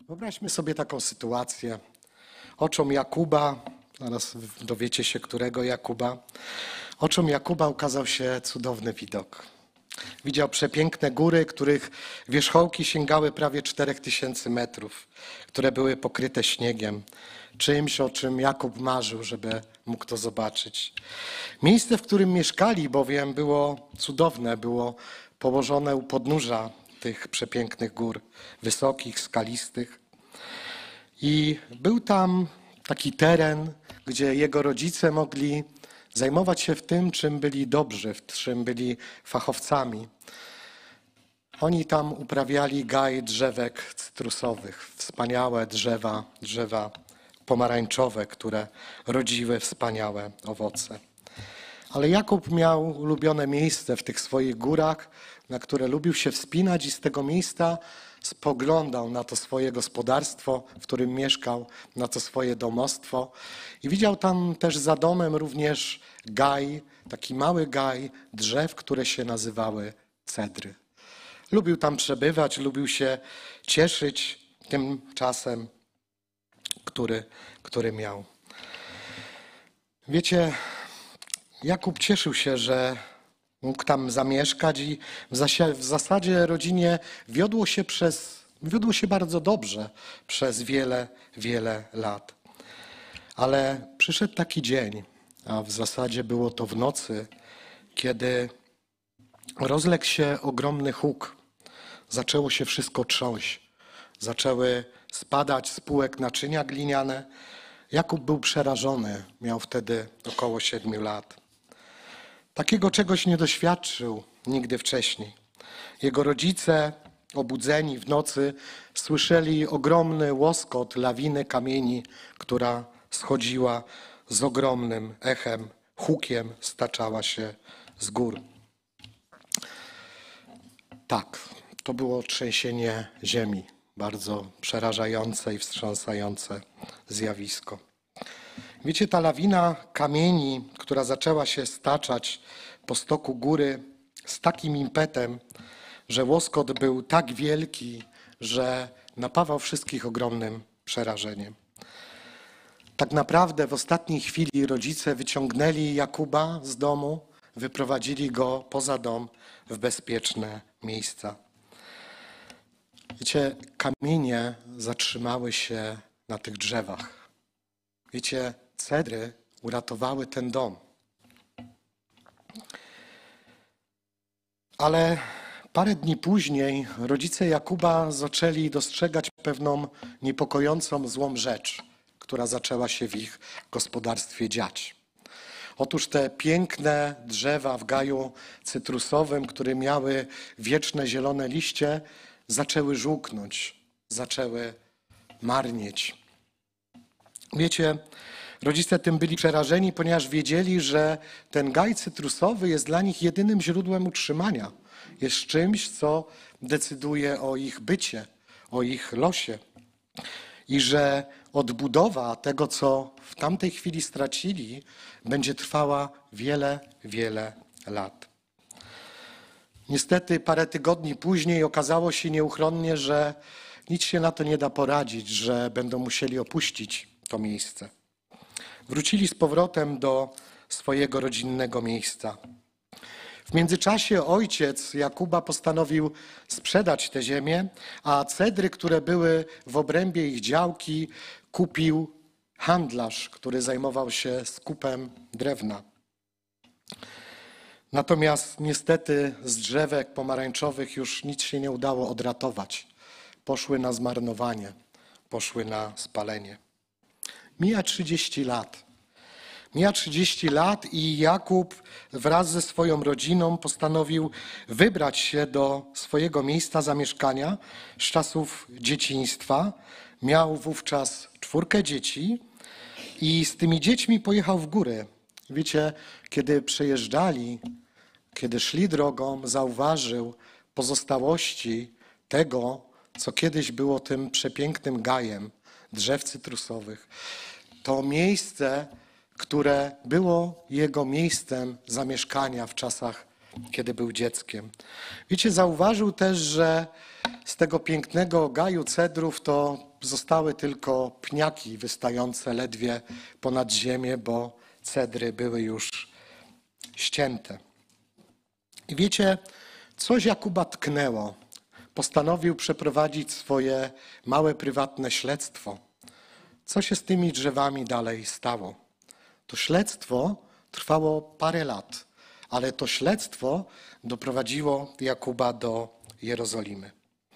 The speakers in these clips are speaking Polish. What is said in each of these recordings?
Wyobraźmy sobie taką sytuację. Oczom Jakuba, zaraz dowiecie się, którego Jakuba, oczom Jakuba ukazał się cudowny widok. Widział przepiękne góry, których wierzchołki sięgały prawie 4000 metrów, które były pokryte śniegiem. Czymś, o czym Jakub marzył, żeby mógł to zobaczyć. Miejsce, w którym mieszkali, bowiem było cudowne, było położone u podnóża tych przepięknych gór, wysokich, skalistych. I był tam taki teren, gdzie jego rodzice mogli zajmować się w tym, czym byli dobrzy, w czym byli fachowcami. Oni tam uprawiali gaj drzewek cytrusowych, wspaniałe drzewa pomarańczowe, które rodziły wspaniałe owoce. Ale Jakub miał ulubione miejsce w tych swoich górach, na które lubił się wspinać i z tego miejsca spoglądał na to swoje gospodarstwo, w którym mieszkał, na to swoje domostwo i widział tam też za domem również gaj, taki mały gaj drzew, które się nazywały cedry. Lubił tam przebywać, lubił się cieszyć tym czasem, który miał. Wiecie, Jakub cieszył się, że mógł tam zamieszkać i w zasadzie rodzinie wiodło się bardzo dobrze przez wiele lat. Ale przyszedł taki dzień, a w zasadzie było to w nocy, kiedy rozległ się ogromny huk. Zaczęło się wszystko trząść. Zaczęły spadać z półek naczynia gliniane. Jakub był przerażony, miał wtedy około 7 lat. Takiego czegoś nie doświadczył nigdy wcześniej. Jego rodzice, obudzeni w nocy, słyszeli ogromny łoskot lawiny kamieni, która schodziła z ogromnym echem, hukiem staczała się z gór. Tak, to było trzęsienie ziemi, bardzo przerażające i wstrząsające zjawisko. Wiecie, ta lawina kamieni, która zaczęła się staczać po stoku góry z takim impetem, że łoskot był tak wielki, że napawał wszystkich ogromnym przerażeniem. Tak naprawdę w ostatniej chwili rodzice wyciągnęli Jakuba z domu, wyprowadzili go poza dom w bezpieczne miejsca. Wiecie, kamienie zatrzymały się na tych drzewach. Wiecie, cedry uratowały ten dom. Ale parę dni później rodzice Jakuba zaczęli dostrzegać pewną niepokojącą, złą rzecz, która zaczęła się w ich gospodarstwie dziać. Otóż te piękne drzewa w gaju cytrusowym, które miały wieczne zielone liście, zaczęły żółknąć, zaczęły marnieć. Wiecie, rodzice tym byli przerażeni, ponieważ wiedzieli, że ten gaj cytrusowy jest dla nich jedynym źródłem utrzymania. Jest czymś, co decyduje o ich bycie, o ich losie. I że odbudowa tego, co w tamtej chwili stracili, będzie trwała wiele lat. Niestety parę tygodni później okazało się nieuchronnie, że nic się na to nie da poradzić, że będą musieli opuścić to miejsce. Wrócili z powrotem do swojego rodzinnego miejsca. W międzyczasie ojciec Jakuba postanowił sprzedać tę ziemię, a cedry, które były w obrębie ich działki, kupił handlarz, który zajmował się skupem drewna. Natomiast niestety z drzewek pomarańczowych już nic się nie udało odratować. Poszły na zmarnowanie, poszły na spalenie. Mija 30 lat. Mija 30 lat i Jakub wraz ze swoją rodziną postanowił wybrać się do swojego miejsca zamieszkania z czasów dzieciństwa. Miał wówczas 4 dzieci i z tymi dziećmi pojechał w góry. Wiecie, kiedy przejeżdżali, kiedy szli drogą, zauważył pozostałości tego, co kiedyś było tym przepięknym gajem drzew cytrusowych. To miejsce, które było jego miejscem zamieszkania w czasach, kiedy był dzieckiem. Wiecie, zauważył też, że z tego pięknego gaju cedrów to zostały tylko pniaki wystające ledwie ponad ziemię, bo cedry były już ścięte. I wiecie, coś Jakuba tknęło. Postanowił przeprowadzić swoje małe, prywatne śledztwo. Co się z tymi drzewami dalej stało? To śledztwo trwało parę lat, ale to śledztwo doprowadziło Jakuba do Jerozolimy.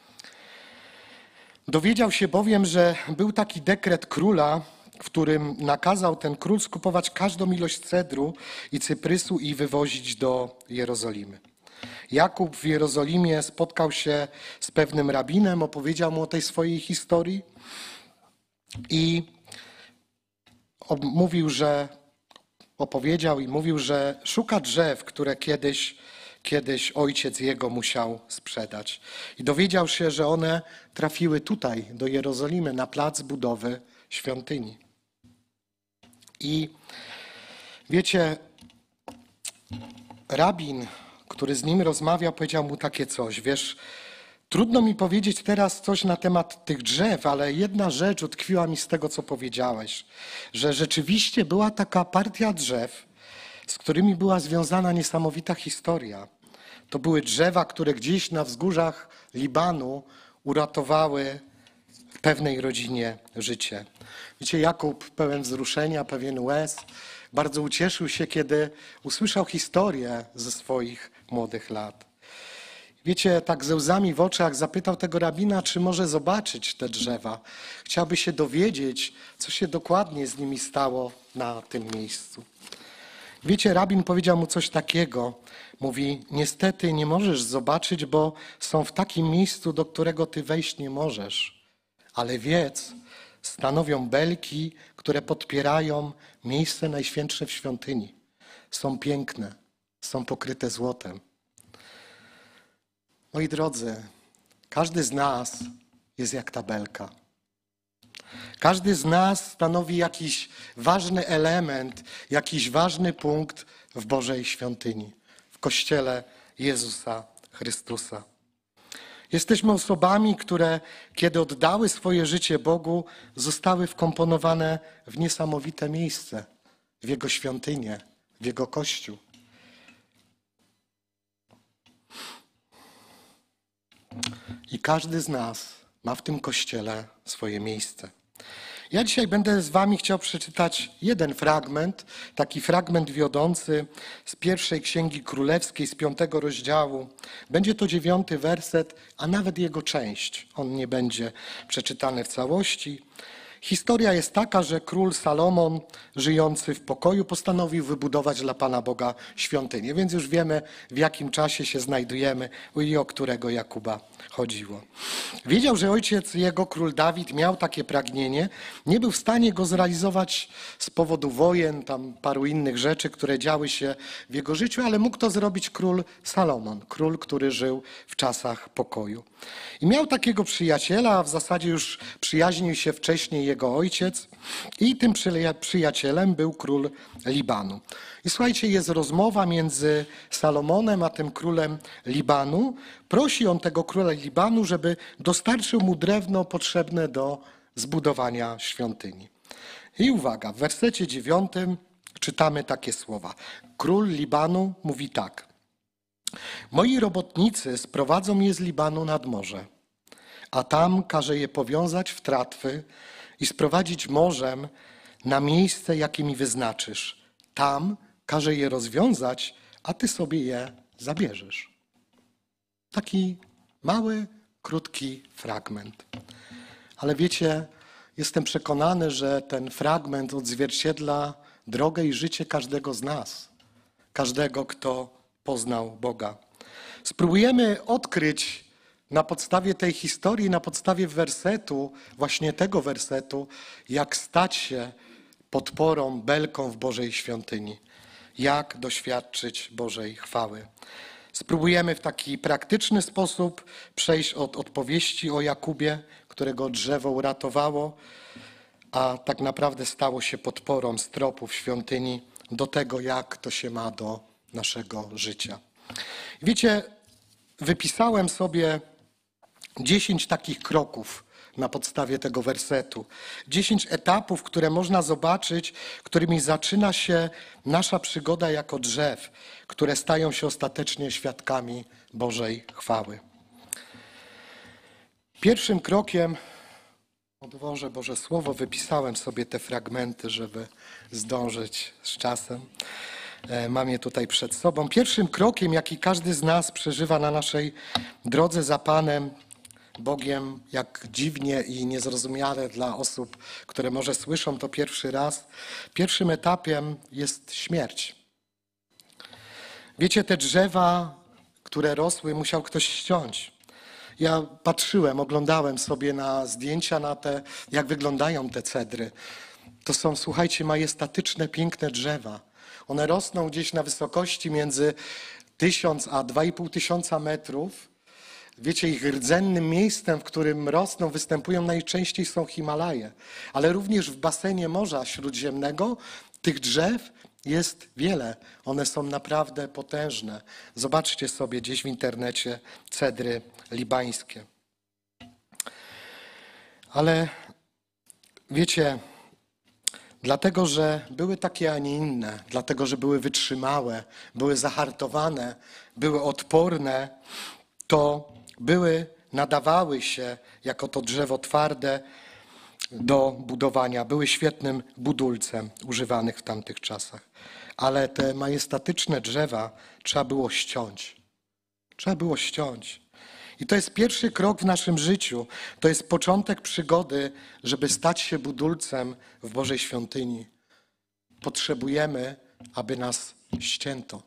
Dowiedział się bowiem, że był taki dekret króla, w którym nakazał ten król skupować każdą ilość cedru i cyprysu i wywozić do Jerozolimy. Jakub w Jerozolimie spotkał się z pewnym rabinem, opowiedział mu o tej swojej historii i mówił, że szuka drzew, które kiedyś ojciec jego musiał sprzedać. I dowiedział się, że one trafiły tutaj, do Jerozolimy, na plac budowy świątyni. I wiecie, rabin, który z nim rozmawiał, powiedział mu takie coś: wiesz, trudno mi powiedzieć teraz coś na temat tych drzew, ale jedna rzecz utkwiła mi z tego, co powiedziałeś, że rzeczywiście była taka partia drzew, z którymi była związana niesamowita historia. To były drzewa, które gdzieś na wzgórzach Libanu uratowały pewnej rodzinie życie. Wiecie, Jakub pełen wzruszenia, pewien łez, bardzo ucieszył się, kiedy usłyszał historię ze swoich młodych lat. Wiecie, tak ze łzami w oczach zapytał tego rabina, czy może zobaczyć te drzewa. Chciałby się dowiedzieć, co się dokładnie z nimi stało na tym miejscu. Wiecie, rabin powiedział mu coś takiego. Mówi, niestety nie możesz zobaczyć, bo są w takim miejscu, do którego ty wejść nie możesz. Ale wiedz, stanowią belki, które podpierają miejsce najświętsze w świątyni. Są piękne, są pokryte złotem. Moi drodzy, każdy z nas jest jak ta belka. Każdy z nas stanowi jakiś ważny element, jakiś ważny punkt w Bożej świątyni, w Kościele Jezusa Chrystusa. Jesteśmy osobami, które kiedy oddały swoje życie Bogu, zostały wkomponowane w niesamowite miejsce, w Jego świątynię, w Jego Kościół. I każdy z nas ma w tym Kościele swoje miejsce. Ja dzisiaj będę z wami chciał przeczytać jeden fragment, taki fragment wiodący z pierwszej Księgi Królewskiej, z 5 rozdziału. Będzie to 9 werset, a nawet jego część. On nie będzie przeczytany w całości. Historia jest taka, że król Salomon, żyjący w pokoju, postanowił wybudować dla Pana Boga świątynię. Więc już wiemy, w jakim czasie się znajdujemy i o którego Jakuba chodziło. Wiedział, że ojciec jego, król Dawid, miał takie pragnienie. Nie był w stanie go zrealizować z powodu wojen, tam paru innych rzeczy, które działy się w jego życiu, ale mógł to zrobić król Salomon, król, który żył w czasach pokoju. I miał takiego przyjaciela, a w zasadzie już przyjaźnił się wcześniej jego ojciec i tym przyjacielem był król Libanu. I słuchajcie, jest rozmowa między Salomonem a tym królem Libanu. Prosi on tego króla Libanu, żeby dostarczył mu drewno potrzebne do zbudowania świątyni. I uwaga, w wersecie 9 czytamy takie słowa. Król Libanu mówi tak. Moi robotnicy sprowadzą je z Libanu nad morze, a tam każe je powiązać w tratwy i sprowadzić morzem na miejsce, jakie mi wyznaczysz. Tam każe je rozwiązać, a ty sobie je zabierzesz. Taki mały, krótki fragment. Ale wiecie, jestem przekonany, że ten fragment odzwierciedla drogę i życie każdego z nas. Każdego, kto poznał Boga. Spróbujemy odkryć na podstawie tej historii, na podstawie wersetu, właśnie tego wersetu, jak stać się podporą, belką w Bożej świątyni. Jak doświadczyć Bożej chwały. Spróbujemy w taki praktyczny sposób przejść od opowieści o Jakubie, którego drzewo uratowało, a tak naprawdę stało się podporą stropów świątyni do tego, jak to się ma do naszego życia. Wiecie, wypisałem sobie 10 takich kroków na podstawie tego wersetu. 10 etapów, które można zobaczyć, którymi zaczyna się nasza przygoda jako drzew, które stają się ostatecznie świadkami Bożej chwały. Pierwszym krokiem, odłożę Boże Słowo, wypisałem sobie te fragmenty, żeby zdążyć z czasem. Mam je tutaj przed sobą. Pierwszym krokiem, jaki każdy z nas przeżywa na naszej drodze za Panem, Bogiem, jak dziwnie i niezrozumiale dla osób, które może słyszą to pierwszy raz, pierwszym etapem jest śmierć. Wiecie, te drzewa, które rosły, musiał ktoś ściąć. Ja patrzyłem, oglądałem sobie na zdjęcia, na te, jak wyglądają te cedry. To są, słuchajcie, majestatyczne, piękne drzewa. One rosną gdzieś na wysokości między 1000 a 2500 metrów. Wiecie, ich rdzennym miejscem, w którym rosną, występują najczęściej są Himalaje. Ale również w basenie Morza Śródziemnego tych drzew jest wiele. One są naprawdę potężne. Zobaczcie sobie gdzieś w internecie cedry libańskie. Ale wiecie, dlatego, że były takie, a nie inne, dlatego, że były wytrzymałe, były zahartowane, były odporne, to nadawały się jako to drzewo twarde do budowania, były świetnym budulcem używanych w tamtych czasach. Ale te majestatyczne drzewa trzeba było ściąć. Trzeba było ściąć. I to jest pierwszy krok w naszym życiu. To jest początek przygody, żeby stać się budulcem w Bożej świątyni. Potrzebujemy, aby nas ścięto.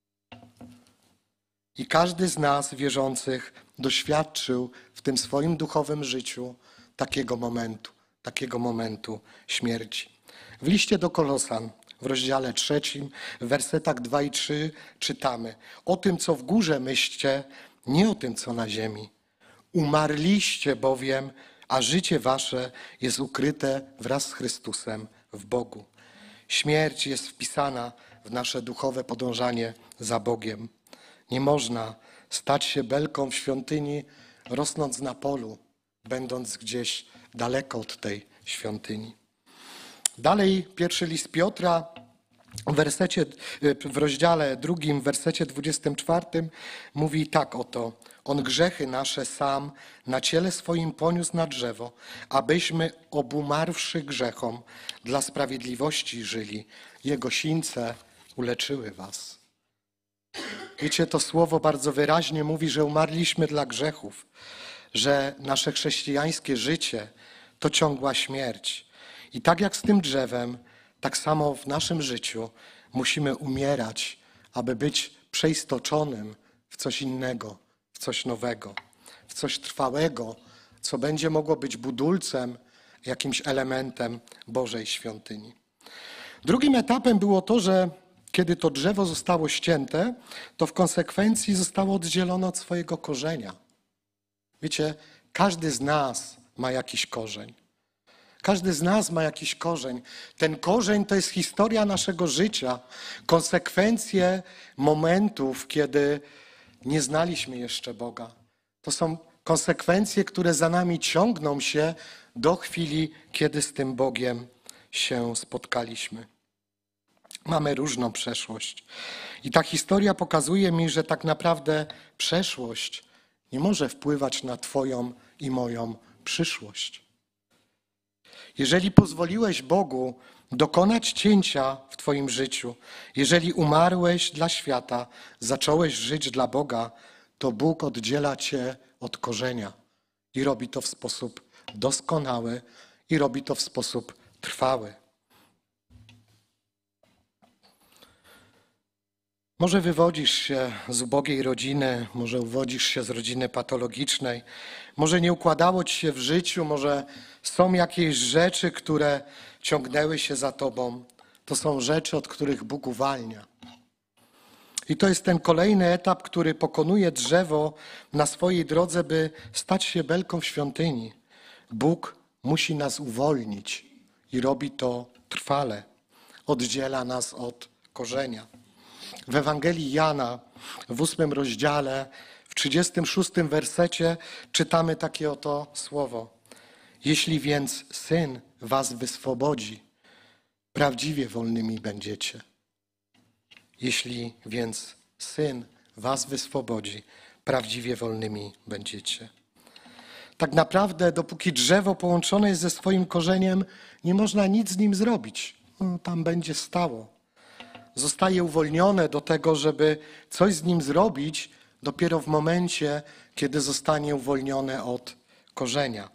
I każdy z nas wierzących doświadczył w tym swoim duchowym życiu takiego momentu śmierci. W liście do Kolosan, w rozdziale 3, w wersetach 2 i 3 czytamy: o tym, co w górze myślcie, nie o tym, co na ziemi. Umarliście bowiem, a życie wasze jest ukryte wraz z Chrystusem w Bogu. Śmierć jest wpisana w nasze duchowe podążanie za Bogiem. Nie można stać się belką w świątyni, rosnąc na polu, będąc gdzieś daleko od tej świątyni. Dalej pierwszy list Piotra w rozdziale 2, w wersecie 24 mówi tak oto: on grzechy nasze sam na ciele swoim poniósł na drzewo, abyśmy obumarwszy grzechom dla sprawiedliwości żyli. Jego sińce uleczyły was. Wiecie, to słowo bardzo wyraźnie mówi, że umarliśmy dla grzechów, że nasze chrześcijańskie życie to ciągła śmierć. I tak jak z tym drzewem, tak samo w naszym życiu musimy umierać, aby być przeistoczonym w coś innego, w coś nowego, w coś trwałego, co będzie mogło być budulcem, jakimś elementem Bożej świątyni. Drugim etapem było to, że kiedy to drzewo zostało ścięte, to w konsekwencji zostało oddzielone od swojego korzenia. Wiecie, każdy z nas ma jakiś korzeń. Każdy z nas ma jakiś korzeń. Ten korzeń to jest historia naszego życia, konsekwencje momentów, kiedy nie znaliśmy jeszcze Boga. To są konsekwencje, które za nami ciągną się do chwili, kiedy z tym Bogiem się spotkaliśmy. Mamy różną przeszłość. I ta historia pokazuje mi, że tak naprawdę przeszłość nie może wpływać na Twoją i moją przyszłość. Jeżeli pozwoliłeś Bogu dokonać cięcia w Twoim życiu, jeżeli umarłeś dla świata, zacząłeś żyć dla Boga, to Bóg oddziela Cię od korzenia i robi to w sposób doskonały i robi to w sposób trwały. Może wywodzisz się z ubogiej rodziny, może uwodzisz się z rodziny patologicznej, może nie układało ci się w życiu, może są jakieś rzeczy, które ciągnęły się za tobą. To są rzeczy, od których Bóg uwalnia. I to jest ten kolejny etap, który pokonuje drzewo na swojej drodze, by stać się belką w świątyni. Bóg musi nas uwolnić i robi to trwale. Oddziela nas od korzenia. W Ewangelii Jana w 8 rozdziale, w W 36 wersecie czytamy takie oto słowo. Jeśli więc Syn was wyswobodzi, prawdziwie wolnymi będziecie. Jeśli więc Syn was wyswobodzi, prawdziwie wolnymi będziecie. Tak naprawdę, dopóki drzewo połączone jest ze swoim korzeniem, nie można nic z nim zrobić. Ono tam będzie stało. Zostaje uwolnione do tego, żeby coś z nim zrobić dopiero w momencie, kiedy zostanie uwolnione od korzenia.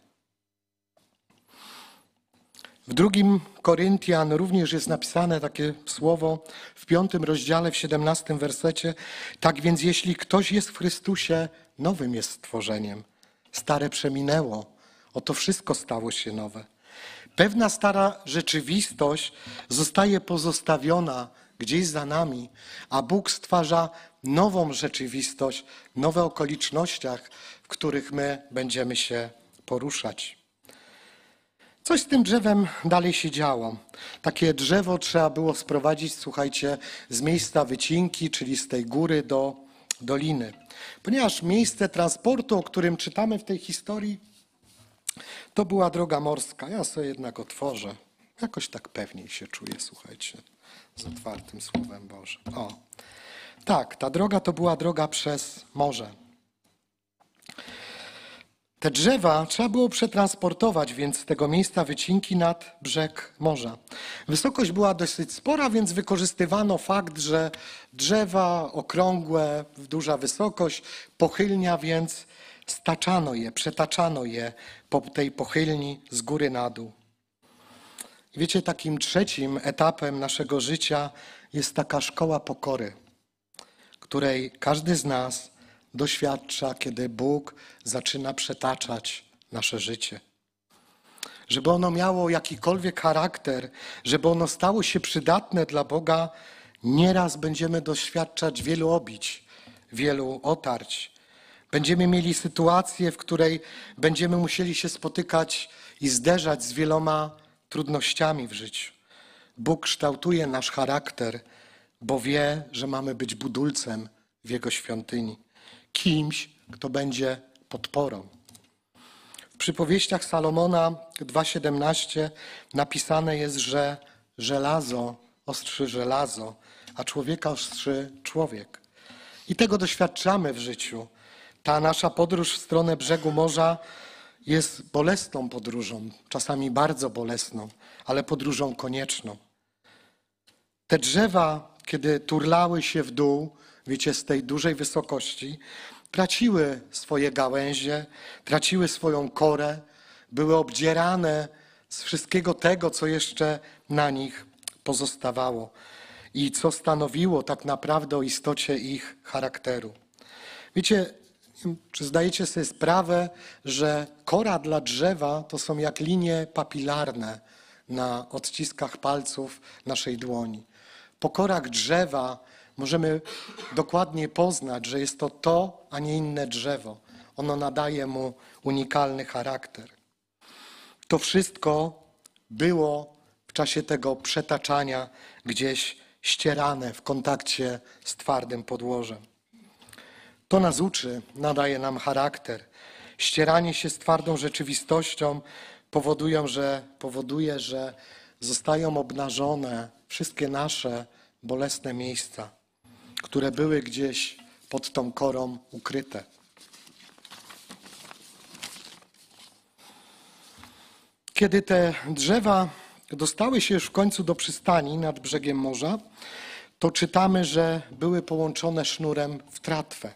W 2 Koryntian również jest napisane takie słowo w 5 rozdziale, w 17 wersecie. Tak więc jeśli ktoś jest w Chrystusie, nowym jest stworzeniem. Stare przeminęło, oto wszystko stało się nowe. Pewna stara rzeczywistość zostaje pozostawiona gdzieś za nami, a Bóg stwarza nową rzeczywistość, nowe okolicznościach, w których my będziemy się poruszać. Coś z tym drzewem dalej się działo. Takie drzewo trzeba było sprowadzić, słuchajcie, z miejsca wycinki, czyli z tej góry do doliny. Ponieważ miejsce transportu, o którym czytamy w tej historii, to była droga morska. Ja sobie jednak otworzę. Jakoś tak pewniej się czuję, słuchajcie, z otwartym Słowem Bożym. O, tak, ta droga to była droga przez morze. Te drzewa trzeba było przetransportować, więc z tego miejsca wycinki nad brzeg morza. Wysokość była dosyć spora, więc wykorzystywano fakt, że drzewa okrągłe, duża wysokość, pochylnia, więc staczano je, przetaczano je po tej pochylni z góry na dół. I wiecie, takim trzecim etapem naszego życia jest taka szkoła pokory, której każdy z nas doświadcza, kiedy Bóg zaczyna przetaczać nasze życie. Żeby ono miało jakikolwiek charakter, żeby ono stało się przydatne dla Boga, nieraz będziemy doświadczać wielu obić, wielu otarć. Będziemy mieli sytuację, w której będziemy musieli się spotykać i zderzać z wieloma trudnościami w życiu. Bóg kształtuje nasz charakter, bo wie, że mamy być budulcem w Jego świątyni. Kimś, kto będzie podporą. W przypowieściach Salomona 2,17 napisane jest, że żelazo ostrzy żelazo, a człowieka ostrzy człowiek. I tego doświadczamy w życiu. Ta nasza podróż w stronę brzegu morza jest bolesną podróżą, czasami bardzo bolesną, ale podróżą konieczną. Te drzewa, kiedy turlały się w dół, wiecie, z tej dużej wysokości, traciły swoje gałęzie, traciły swoją korę, były obdzierane z wszystkiego tego, co jeszcze na nich pozostawało i co stanowiło tak naprawdę o istocie ich charakteru. Wiecie, czy zdajecie sobie sprawę, że kora dla drzewa to są jak linie papilarne na odciskach palców naszej dłoni. Po korach drzewa możemy dokładnie poznać, że jest to, a nie inne drzewo. Ono nadaje mu unikalny charakter. To wszystko było w czasie tego przetaczania gdzieś ścierane w kontakcie z twardym podłożem. To nas uczy, nadaje nam charakter. Ścieranie się z twardą rzeczywistością powoduje, że zostają obnażone wszystkie nasze bolesne miejsca, które były gdzieś pod tą korą ukryte. Kiedy te drzewa dostały się już w końcu do przystani nad brzegiem morza, to czytamy, że były połączone sznurem w tratwę.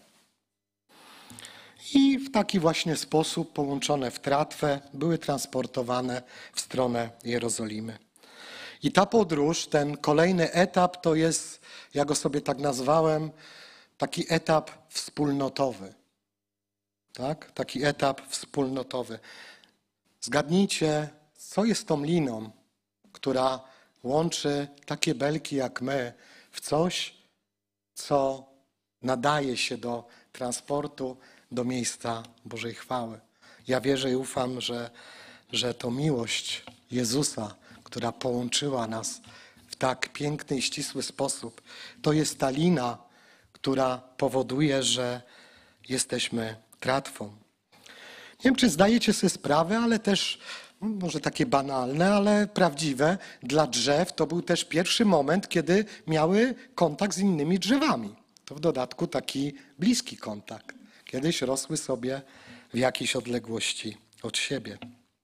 I w taki właśnie sposób, połączone w tratwę, były transportowane w stronę Jerozolimy. I ta podróż, ten kolejny etap, to jest, ja go sobie tak nazwałem, taki etap wspólnotowy. Tak? Taki etap wspólnotowy. Zgadnijcie, co jest tą liną, która łączy takie belki jak my w coś, co nadaje się do transportu do miejsca Bożej chwały. Ja wierzę i ufam, że to miłość Jezusa, która połączyła nas w tak piękny i ścisły sposób, to jest ta lina, która powoduje, że jesteśmy tratwą. Nie wiem, czy zdajecie sobie sprawę, ale też, może takie banalne, ale prawdziwe, dla drzew to był też pierwszy moment, kiedy miały kontakt z innymi drzewami. To w dodatku taki bliski kontakt. Kiedyś rosły sobie w jakiejś odległości od siebie.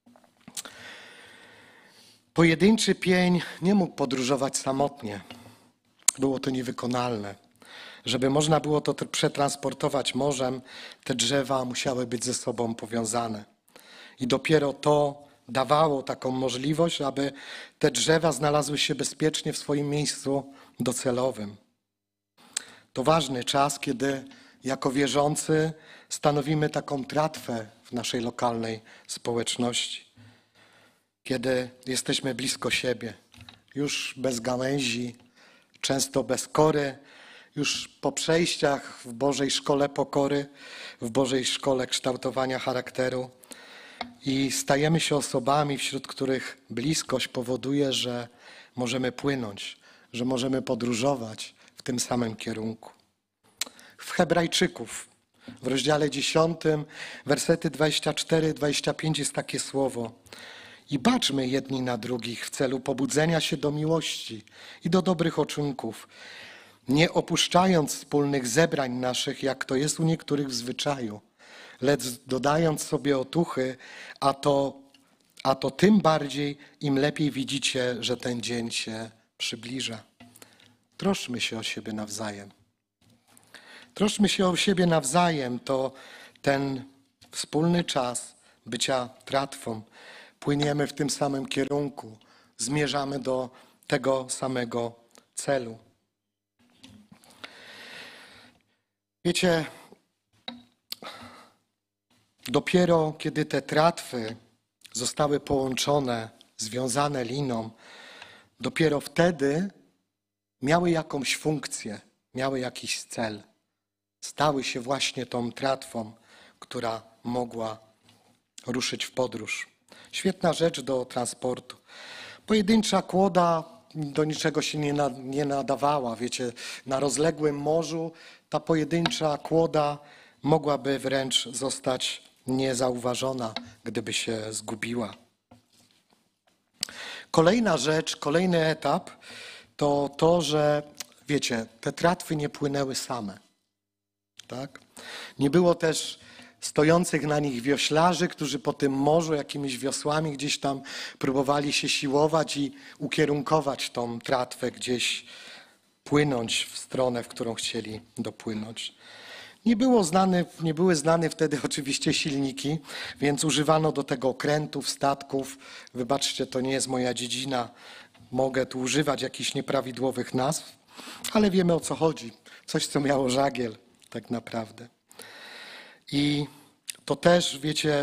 Pojedynczy pień nie mógł podróżować samotnie. Było to niewykonalne. Żeby można było to przetransportować morzem, te drzewa musiały być ze sobą powiązane. I dopiero to dawało taką możliwość, aby te drzewa znalazły się bezpiecznie w swoim miejscu docelowym. To ważny czas, kiedy jako wierzący stanowimy taką tratwę w naszej lokalnej społeczności. Kiedy jesteśmy blisko siebie, już bez gałęzi, często bez kory, już po przejściach w Bożej szkole pokory, w Bożej szkole kształtowania charakteru i stajemy się osobami, wśród których bliskość powoduje, że możemy płynąć, że możemy podróżować w tym samym kierunku. W Hebrajczyków, w rozdziale 10, wersety 24-25 jest takie słowo: i baczmy jedni na drugich w celu pobudzenia się do miłości i do dobrych uczynków, nie opuszczając wspólnych zebrań naszych, jak to jest u niektórych w zwyczaju, lecz dodając sobie otuchy, a to tym bardziej, im lepiej widzicie, że ten dzień się przybliża. Troszczmy się o siebie nawzajem. Troszczmy się o siebie nawzajem, to ten wspólny czas bycia tratwą. Płyniemy w tym samym kierunku, zmierzamy do tego samego celu. Wiecie, dopiero kiedy te tratwy zostały połączone, związane liną, dopiero wtedy miały jakąś funkcję, miały jakiś cel. Stały się właśnie tą tratwą, która mogła ruszyć w podróż. Świetna rzecz do transportu. Pojedyncza kłoda do niczego się nie nadawała. Wiecie, na rozległym morzu ta pojedyncza kłoda mogłaby wręcz zostać niezauważona, gdyby się zgubiła. Kolejna rzecz, kolejny etap to to, że wiecie, te tratwy nie płynęły same. Tak? Nie było też stojących na nich wioślarzy, którzy po tym morzu jakimiś wiosłami gdzieś tam próbowali się siłować i ukierunkować tą tratwę gdzieś, płynąć w stronę, w którą chcieli dopłynąć. Nie były znane wtedy oczywiście silniki, więc używano do tego okrętów, statków. Wybaczcie, to nie jest moja dziedzina, mogę tu używać jakichś nieprawidłowych nazw, ale wiemy, o co chodzi. Coś, co miało żagiel tak naprawdę. I to też, wiecie,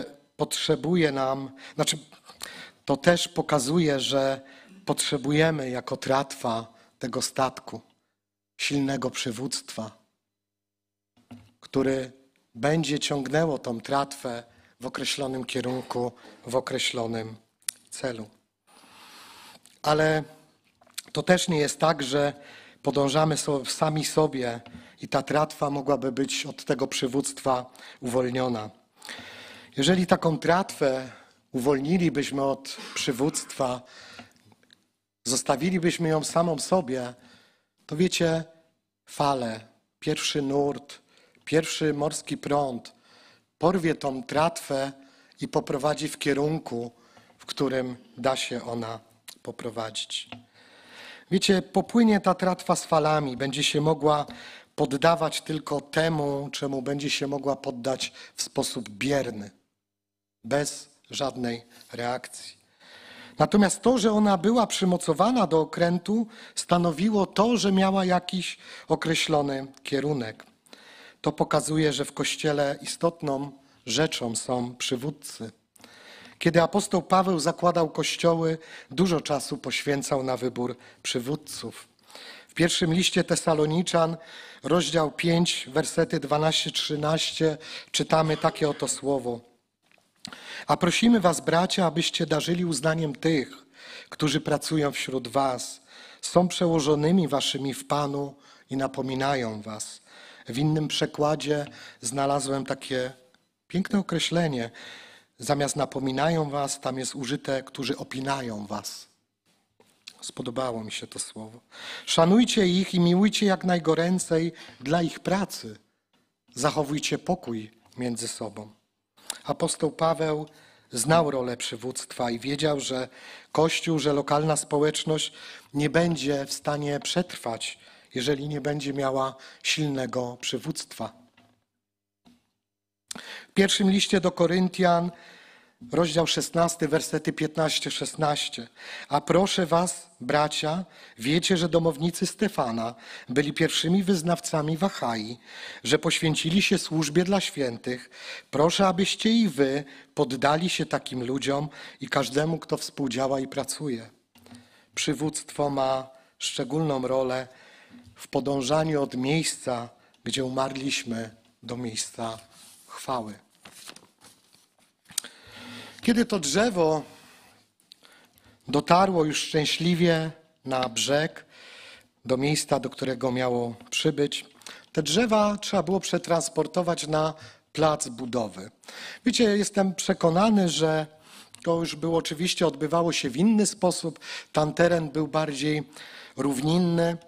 to też pokazuje, że potrzebujemy jako tratwa tego statku silnego przywództwa, który będzie ciągnęło tą tratwę w określonym kierunku, w określonym celu. Ale to też nie jest tak, że podążamy sami sobie i ta tratwa mogłaby być od tego przywództwa uwolniona. Jeżeli taką tratwę uwolnilibyśmy od przywództwa, zostawilibyśmy ją samą sobie, to wiecie, fale, pierwszy nurt, pierwszy morski prąd porwie tą tratwę i poprowadzi w kierunku, w którym da się ona poprowadzić. Wiecie, popłynie ta tratwa z falami, będzie się mogła poddawać tylko temu, czemu będzie się mogła poddać w sposób bierny, bez żadnej reakcji. Natomiast to, że ona była przymocowana do okrętu, stanowiło to, że miała jakiś określony kierunek. To pokazuje, że w Kościele istotną rzeczą są przywódcy. Kiedy apostoł Paweł zakładał kościoły, dużo czasu poświęcał na wybór przywódców. W pierwszym liście Tesaloniczan, rozdział 5, wersety 12-13, czytamy takie oto słowo. A prosimy was, bracia, abyście darzyli uznaniem tych, którzy pracują wśród was, są przełożonymi waszymi w Panu i napominają was, W innym przekładzie znalazłem takie piękne określenie. Zamiast napominają was, tam jest użyte, którzy opinają was. Spodobało mi się to słowo. Szanujcie ich i miłujcie jak najgoręcej dla ich pracy. Zachowujcie pokój między sobą. Apostoł Paweł znał rolę przywództwa i wiedział, że Kościół, że lokalna społeczność nie będzie w stanie przetrwać, jeżeli nie będzie miała silnego przywództwa. W pierwszym liście do Koryntian, rozdział 16, wersety 15-16. A proszę was, bracia, wiecie, że domownicy Stefana byli pierwszymi wyznawcami w Achai, że poświęcili się służbie dla świętych. Proszę, abyście i wy poddali się takim ludziom i każdemu, kto współdziała i pracuje. Przywództwo ma szczególną rolę w podążaniu od miejsca, gdzie umarliśmy, do miejsca chwały. Kiedy to drzewo dotarło już szczęśliwie na brzeg, do miejsca, do którego miało przybyć, te drzewa trzeba było przetransportować na plac budowy. Wiecie, jestem przekonany, że to już było oczywiście, odbywało się w inny sposób. Tam teren był bardziej równinny.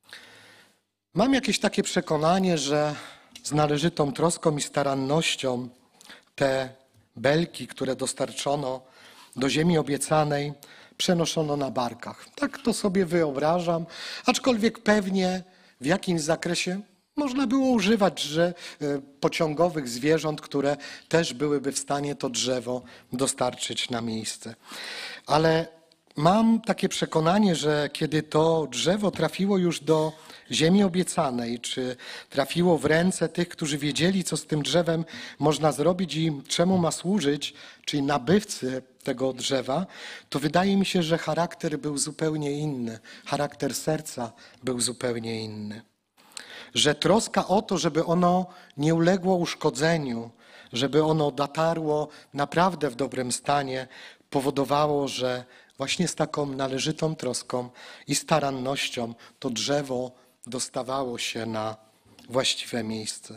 Mam jakieś takie przekonanie, że z należytą troską i starannością te belki, które dostarczono do ziemi obiecanej, przenoszono na barkach. Tak to sobie wyobrażam, aczkolwiek pewnie w jakimś zakresie można było używać pociągowych zwierząt, które też byłyby w stanie to drzewo dostarczyć na miejsce. Ale mam takie przekonanie, że kiedy to drzewo trafiło już do ziemi obiecanej, czy trafiło w ręce tych, którzy wiedzieli, co z tym drzewem można zrobić i czemu ma służyć, czyli nabywcy tego drzewa, to wydaje mi się, że charakter był zupełnie inny. Charakter serca był zupełnie inny. Że troska o to, żeby ono nie uległo uszkodzeniu, żeby ono dotarło naprawdę w dobrym stanie, powodowało, że właśnie z taką należytą troską i starannością to drzewo dostawało się na właściwe miejsce.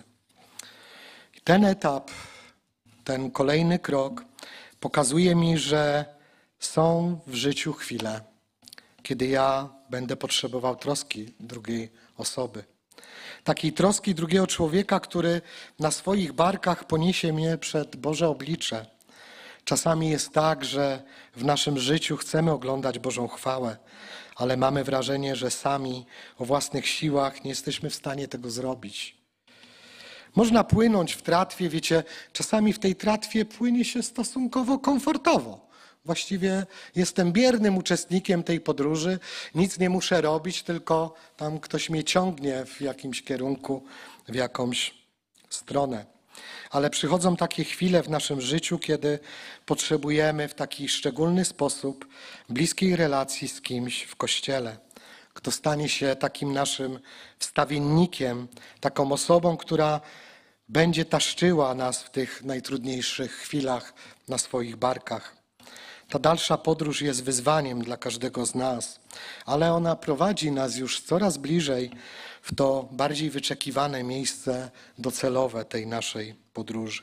I ten etap, ten kolejny krok pokazuje mi, że są w życiu chwile, kiedy ja będę potrzebował troski drugiej osoby. Takiej troski drugiego człowieka, który na swoich barkach poniesie mnie przed Boże oblicze. Czasami jest tak, że w naszym życiu chcemy oglądać Bożą chwałę, ale mamy wrażenie, że sami o własnych siłach nie jesteśmy w stanie tego zrobić. Można płynąć w tratwie, wiecie, czasami w tej tratwie płynie się stosunkowo komfortowo. Właściwie jestem biernym uczestnikiem tej podróży, nic nie muszę robić, tylko tam ktoś mnie ciągnie w jakimś kierunku, w jakąś stronę. Ale przychodzą takie chwile w naszym życiu, kiedy potrzebujemy w taki szczególny sposób bliskiej relacji z kimś w Kościele, kto stanie się takim naszym wstawiennikiem, taką osobą, która będzie taszczyła nas w tych najtrudniejszych chwilach na swoich barkach. Ta dalsza podróż jest wyzwaniem dla każdego z nas, ale ona prowadzi nas już coraz bliżej w to bardziej wyczekiwane miejsce docelowe tej naszej podróży.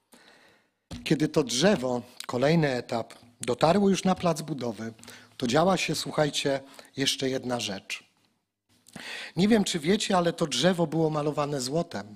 Kiedy to drzewo, kolejny etap, dotarło już na plac budowy, to działa się, słuchajcie, jeszcze jedna rzecz. Nie wiem, czy wiecie, ale to drzewo było malowane złotem.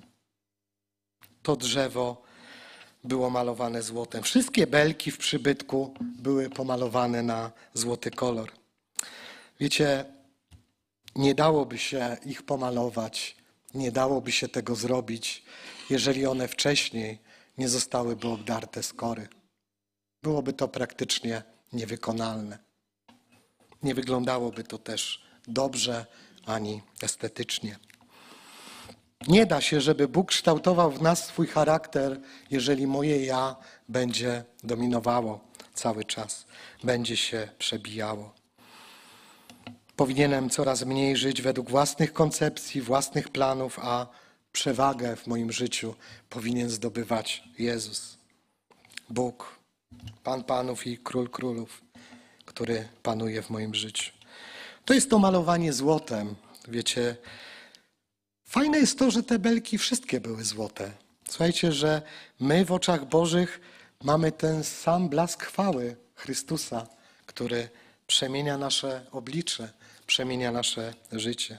To drzewo było malowane złotem. Wszystkie belki w przybytku były pomalowane na złoty kolor. Wiecie, nie dałoby się ich pomalować, nie dałoby się tego zrobić, jeżeli one wcześniej nie zostałyby obdarte skory. Byłoby to praktycznie niewykonalne. Nie wyglądałoby to też dobrze ani estetycznie. Nie da się, żeby Bóg kształtował w nas swój charakter, jeżeli moje ja będzie dominowało cały czas, będzie się przebijało. Powinienem coraz mniej żyć według własnych koncepcji, własnych planów, a przewagę w moim życiu powinien zdobywać Jezus. Bóg, Pan Panów i Król Królów, który panuje w moim życiu. To jest to malowanie złotem. Wiecie, Fajne jest to, że te belki wszystkie były złote. Słuchajcie, że my w oczach Bożych mamy ten sam blask chwały Chrystusa, który przemienia nasze oblicze, przemienia nasze życie.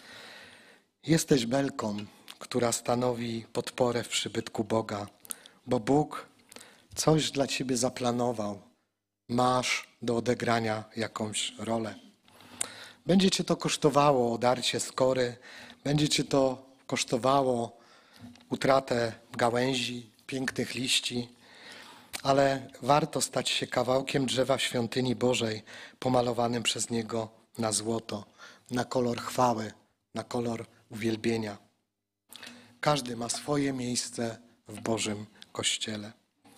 Jesteś belką, która stanowi podporę w przybytku Boga, bo Bóg coś dla ciebie zaplanował. Masz do odegrania jakąś rolę. Będzie cię to kosztowało odarcie skory, będzie cię to kosztowało utratę gałęzi, pięknych liści, ale warto stać się kawałkiem drzewa w świątyni Bożej, pomalowanym przez Niego na złoto, na kolor chwały, na kolor uwielbienia. Każdy ma swoje miejsce w Bożym Kościele.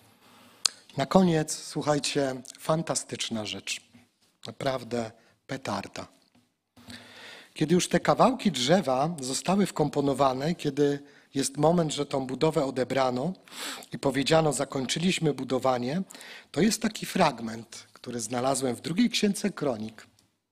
Na koniec, słuchajcie, fantastyczna rzecz. Naprawdę petarda. Kiedy już te kawałki drzewa zostały wkomponowane, kiedy jest moment, że tą budowę odebrano i powiedziano, zakończyliśmy budowanie, to jest taki fragment, który znalazłem w drugiej księdze Kronik.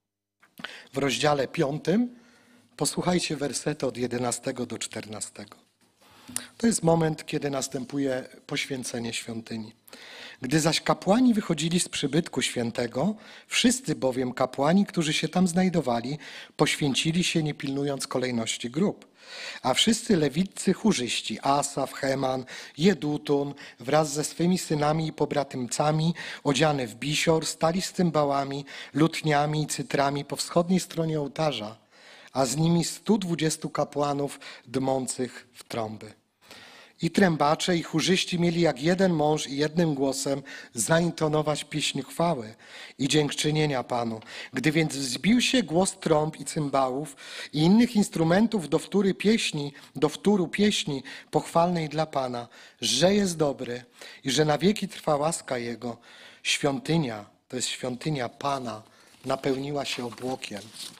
W rozdziale 5, posłuchajcie wersety od 11 do 14. To jest moment, kiedy następuje poświęcenie świątyni. Gdy zaś kapłani wychodzili z przybytku świętego, wszyscy bowiem kapłani, którzy się tam znajdowali, poświęcili się, nie pilnując kolejności grup. A wszyscy lewiccy chórzyści, Asaf, Heman, Jedutun, wraz ze swymi synami i pobratymcami, odziane w bisior, stali z cymbałami, lutniami i cytrami po wschodniej stronie ołtarza, a z nimi 120 kapłanów dmących w trąby. I trębacze, i chórzyści mieli jak jeden mąż i jednym głosem zaintonować pieśń chwały i dziękczynienia Panu. Gdy więc wzbił się głos trąb i cymbałów i innych instrumentów do wtóru pieśni pochwalnej dla Pana, że jest dobry i że na wieki trwa łaska Jego, świątynia, to jest świątynia Pana, napełniła się obłokiem.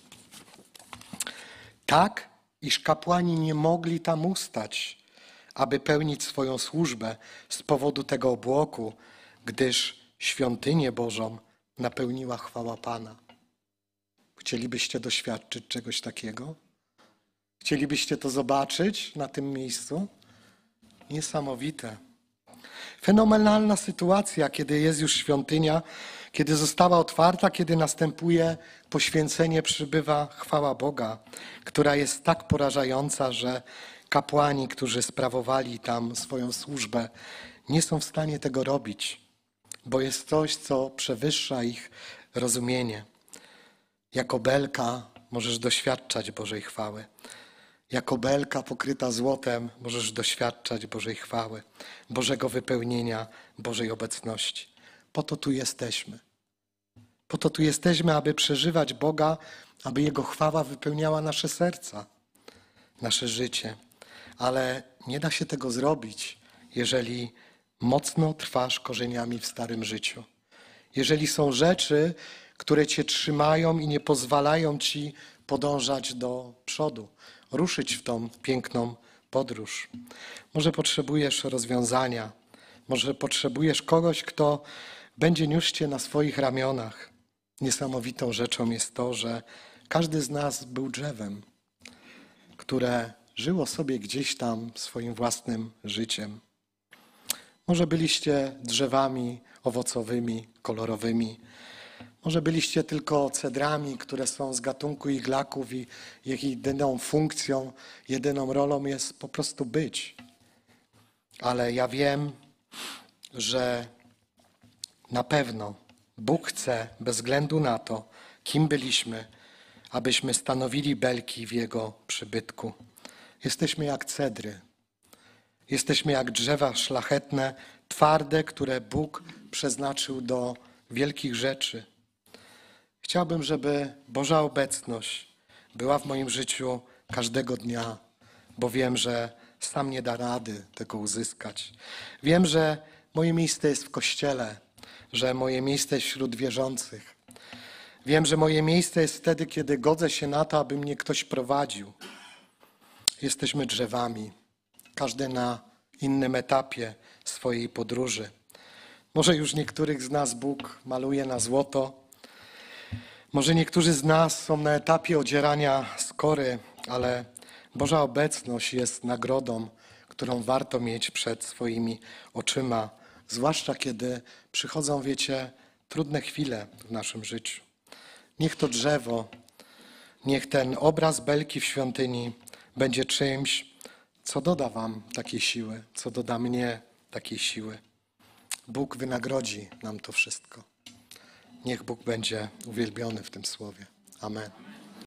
Tak, iż kapłani nie mogli tam ustać, aby pełnić swoją służbę z powodu tego obłoku, gdyż świątynię Bożą napełniła chwała Pana. Chcielibyście doświadczyć czegoś takiego? Chcielibyście to zobaczyć na tym miejscu? Niesamowite. Fenomenalna sytuacja, kiedy jest już świątynia, kiedy została otwarta, kiedy następuje poświęcenie, przybywa chwała Boga, która jest tak porażająca, że kapłani, którzy sprawowali tam swoją służbę, nie są w stanie tego robić, bo jest coś, co przewyższa ich rozumienie. Jako belka możesz doświadczać Bożej chwały. Jako belka pokryta złotem możesz doświadczać Bożej chwały, Bożego wypełnienia, Bożej obecności. Po to tu jesteśmy. Po to tu jesteśmy, aby przeżywać Boga, aby Jego chwała wypełniała nasze serca, nasze życie. Ale nie da się tego zrobić, jeżeli mocno trwasz korzeniami w starym życiu. Jeżeli są rzeczy, które cię trzymają i nie pozwalają ci podążać do przodu, ruszyć w tą piękną podróż. Może potrzebujesz rozwiązania, może potrzebujesz kogoś, kto będzie niósł cię na swoich ramionach. Niesamowitą rzeczą jest to, że każdy z nas był drzewem, które żyło sobie gdzieś tam swoim własnym życiem. Może byliście drzewami owocowymi, kolorowymi. Może byliście tylko cedrami, które są z gatunku iglaków i ich jedyną funkcją, jedyną rolą jest po prostu być. Ale ja wiem, że na pewno Bóg chce, bez względu na to, kim byliśmy, abyśmy stanowili belki w Jego przybytku. Jesteśmy jak cedry. Jesteśmy jak drzewa szlachetne, twarde, które Bóg przeznaczył do wielkich rzeczy. Chciałbym, żeby Boża obecność była w moim życiu każdego dnia, bo wiem, że sam nie da rady tego uzyskać. Wiem, że moje miejsce jest w Kościele, że moje miejsce jest wśród wierzących. Wiem, że moje miejsce jest wtedy, kiedy godzę się na to, aby mnie ktoś prowadził. Jesteśmy drzewami, każdy na innym etapie swojej podróży. Może już niektórych z nas Bóg maluje na złoto, może niektórzy z nas są na etapie odzierania skory, ale Boża obecność jest nagrodą, którą warto mieć przed swoimi oczyma, zwłaszcza kiedy przychodzą, wiecie, trudne chwile w naszym życiu. Niech to drzewo, niech ten obraz belki w świątyni będzie czymś, co doda wam takiej siły, co doda mnie takiej siły. Bóg wynagrodzi nam to wszystko. Niech Bóg będzie uwielbiony w tym słowie. Amen.